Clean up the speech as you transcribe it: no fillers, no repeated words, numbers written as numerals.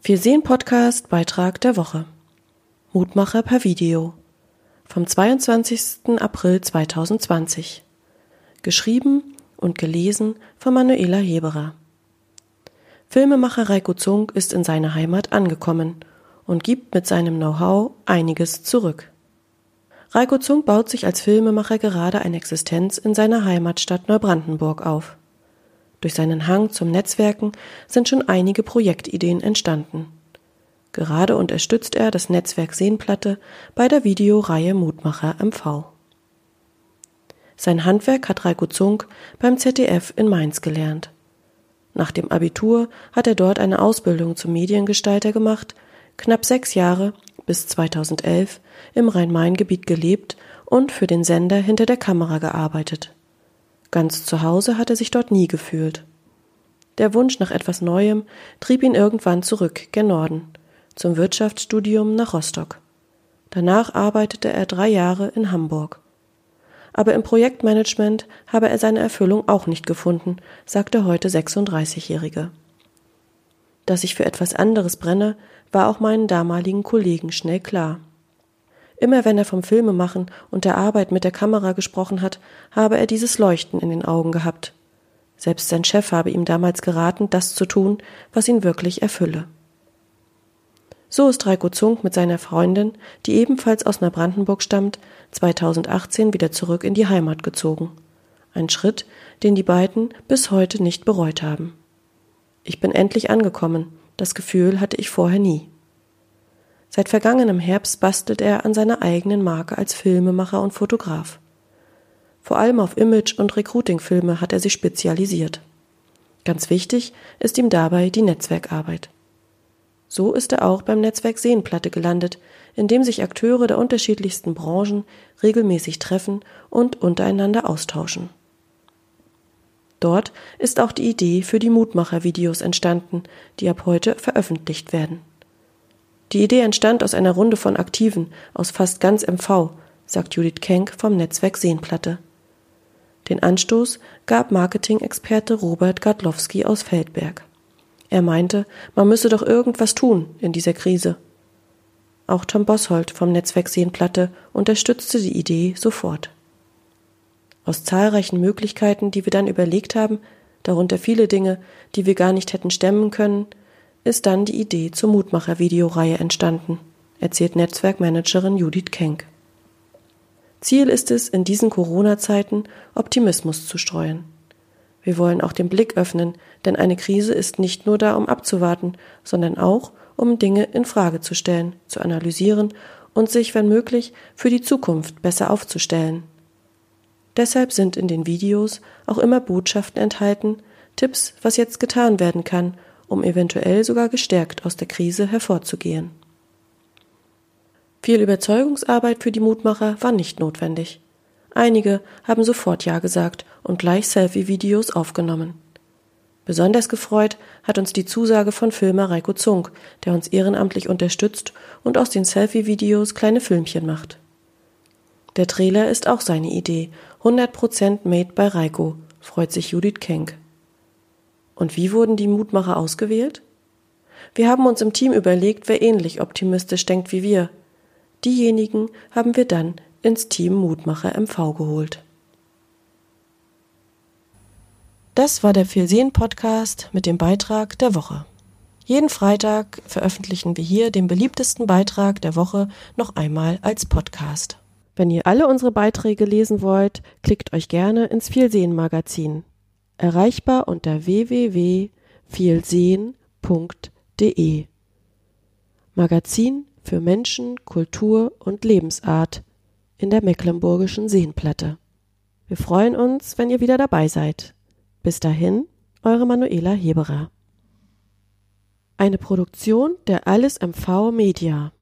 Wir sehen Podcast Beitrag der Woche. Mutmacher per Video. Vom 22. April 2020. Geschrieben und gelesen von Manuela Heberer. Filmemacher Reiko Zunk ist in seine Heimat angekommen und gibt mit seinem Know-how einiges zurück. Reiko Zunk baut sich als Filmemacher gerade eine Existenz in seiner Heimatstadt Neubrandenburg auf. Durch seinen Hang zum Netzwerken sind schon einige Projektideen entstanden. Gerade unterstützt er das Netzwerk Seenplatte bei der Videoreihe Mutmacher MV. Sein Handwerk hat Reiko Zunk beim ZDF in Mainz gelernt. Nach dem Abitur hat er dort eine Ausbildung zum Mediengestalter gemacht, knapp 6 Jahre bis 2011 im Rhein-Main-Gebiet gelebt und für den Sender hinter der Kamera gearbeitet. Ganz zu Hause hat er sich dort nie gefühlt. Der Wunsch nach etwas Neuem trieb ihn irgendwann zurück gen Norden, zum Wirtschaftsstudium nach Rostock. Danach arbeitete er 3 Jahre in Hamburg. Aber im Projektmanagement habe er seine Erfüllung auch nicht gefunden, sagt der heute 36-Jährige. Dass ich für etwas anderes brenne, war auch meinen damaligen Kollegen schnell klar. Immer wenn er vom Filmemachen und der Arbeit mit der Kamera gesprochen hat, habe er dieses Leuchten in den Augen gehabt. Selbst sein Chef habe ihm damals geraten, das zu tun, was ihn wirklich erfülle. So ist Reiko Zunk mit seiner Freundin, die ebenfalls aus Neubrandenburg stammt, 2018 wieder zurück in die Heimat gezogen. Ein Schritt, den die beiden bis heute nicht bereut haben. Ich bin endlich angekommen, das Gefühl hatte ich vorher nie. Seit vergangenem Herbst bastelt er an seiner eigenen Marke als Filmemacher und Fotograf. Vor allem auf Image- und Recruiting-Filme hat er sich spezialisiert. Ganz wichtig ist ihm dabei die Netzwerkarbeit. So ist er auch beim Netzwerk Seenplatte gelandet, in dem sich Akteure der unterschiedlichsten Branchen regelmäßig treffen und untereinander austauschen. Dort ist auch die Idee für die Mutmacher-Videos entstanden, die ab heute veröffentlicht werden. Die Idee entstand aus einer Runde von Aktiven aus fast ganz MV, sagt Judith Kenk vom Netzwerk Seenplatte. Den Anstoß gab Marketing-Experte Robert Gadlowski aus Feldberg. Er meinte, man müsse doch irgendwas tun in dieser Krise. Auch Tom Bosshold vom Netzwerk Seenplatte unterstützte die Idee sofort. Aus zahlreichen Möglichkeiten, die wir dann überlegt haben, darunter viele Dinge, die wir gar nicht hätten stemmen können, ist dann die Idee zur Mutmacher-Videoreihe entstanden, erzählt Netzwerkmanagerin Judith Kenk. Ziel ist es, in diesen Corona-Zeiten Optimismus zu streuen. Wir wollen auch den Blick öffnen, denn eine Krise ist nicht nur da, um abzuwarten, sondern auch, um Dinge in Frage zu stellen, zu analysieren und sich, wenn möglich, für die Zukunft besser aufzustellen. Deshalb sind in den Videos auch immer Botschaften enthalten, Tipps, was jetzt getan werden kann, um eventuell sogar gestärkt aus der Krise hervorzugehen. Viel Überzeugungsarbeit für die Mutmacher war nicht notwendig. Einige haben sofort Ja gesagt und gleich Selfie-Videos aufgenommen. Besonders gefreut hat uns die Zusage von Filmer Reiko Zunk, der uns ehrenamtlich unterstützt und aus den Selfie-Videos kleine Filmchen macht. Der Trailer ist auch seine Idee, 100% made by Reiko, freut sich Judith Kenk. Und wie wurden die Mutmacher ausgewählt? Wir haben uns im Team überlegt, wer ähnlich optimistisch denkt wie wir. Diejenigen haben wir dann ins Team Mutmacher MV geholt. Das war der Wir sehen Podcast mit dem Beitrag der Woche. Jeden Freitag veröffentlichen wir hier den beliebtesten Beitrag der Woche noch einmal als Podcast. Wenn ihr alle unsere Beiträge lesen wollt, klickt euch gerne ins Vielsehen-Magazin. Erreichbar unter www.vielsehen.de. Magazin für Menschen, Kultur und Lebensart in der Mecklenburgischen Seenplatte. Wir freuen uns, wenn ihr wieder dabei seid. Bis dahin, eure Manuela Heberer. Eine Produktion der Alles MV Media.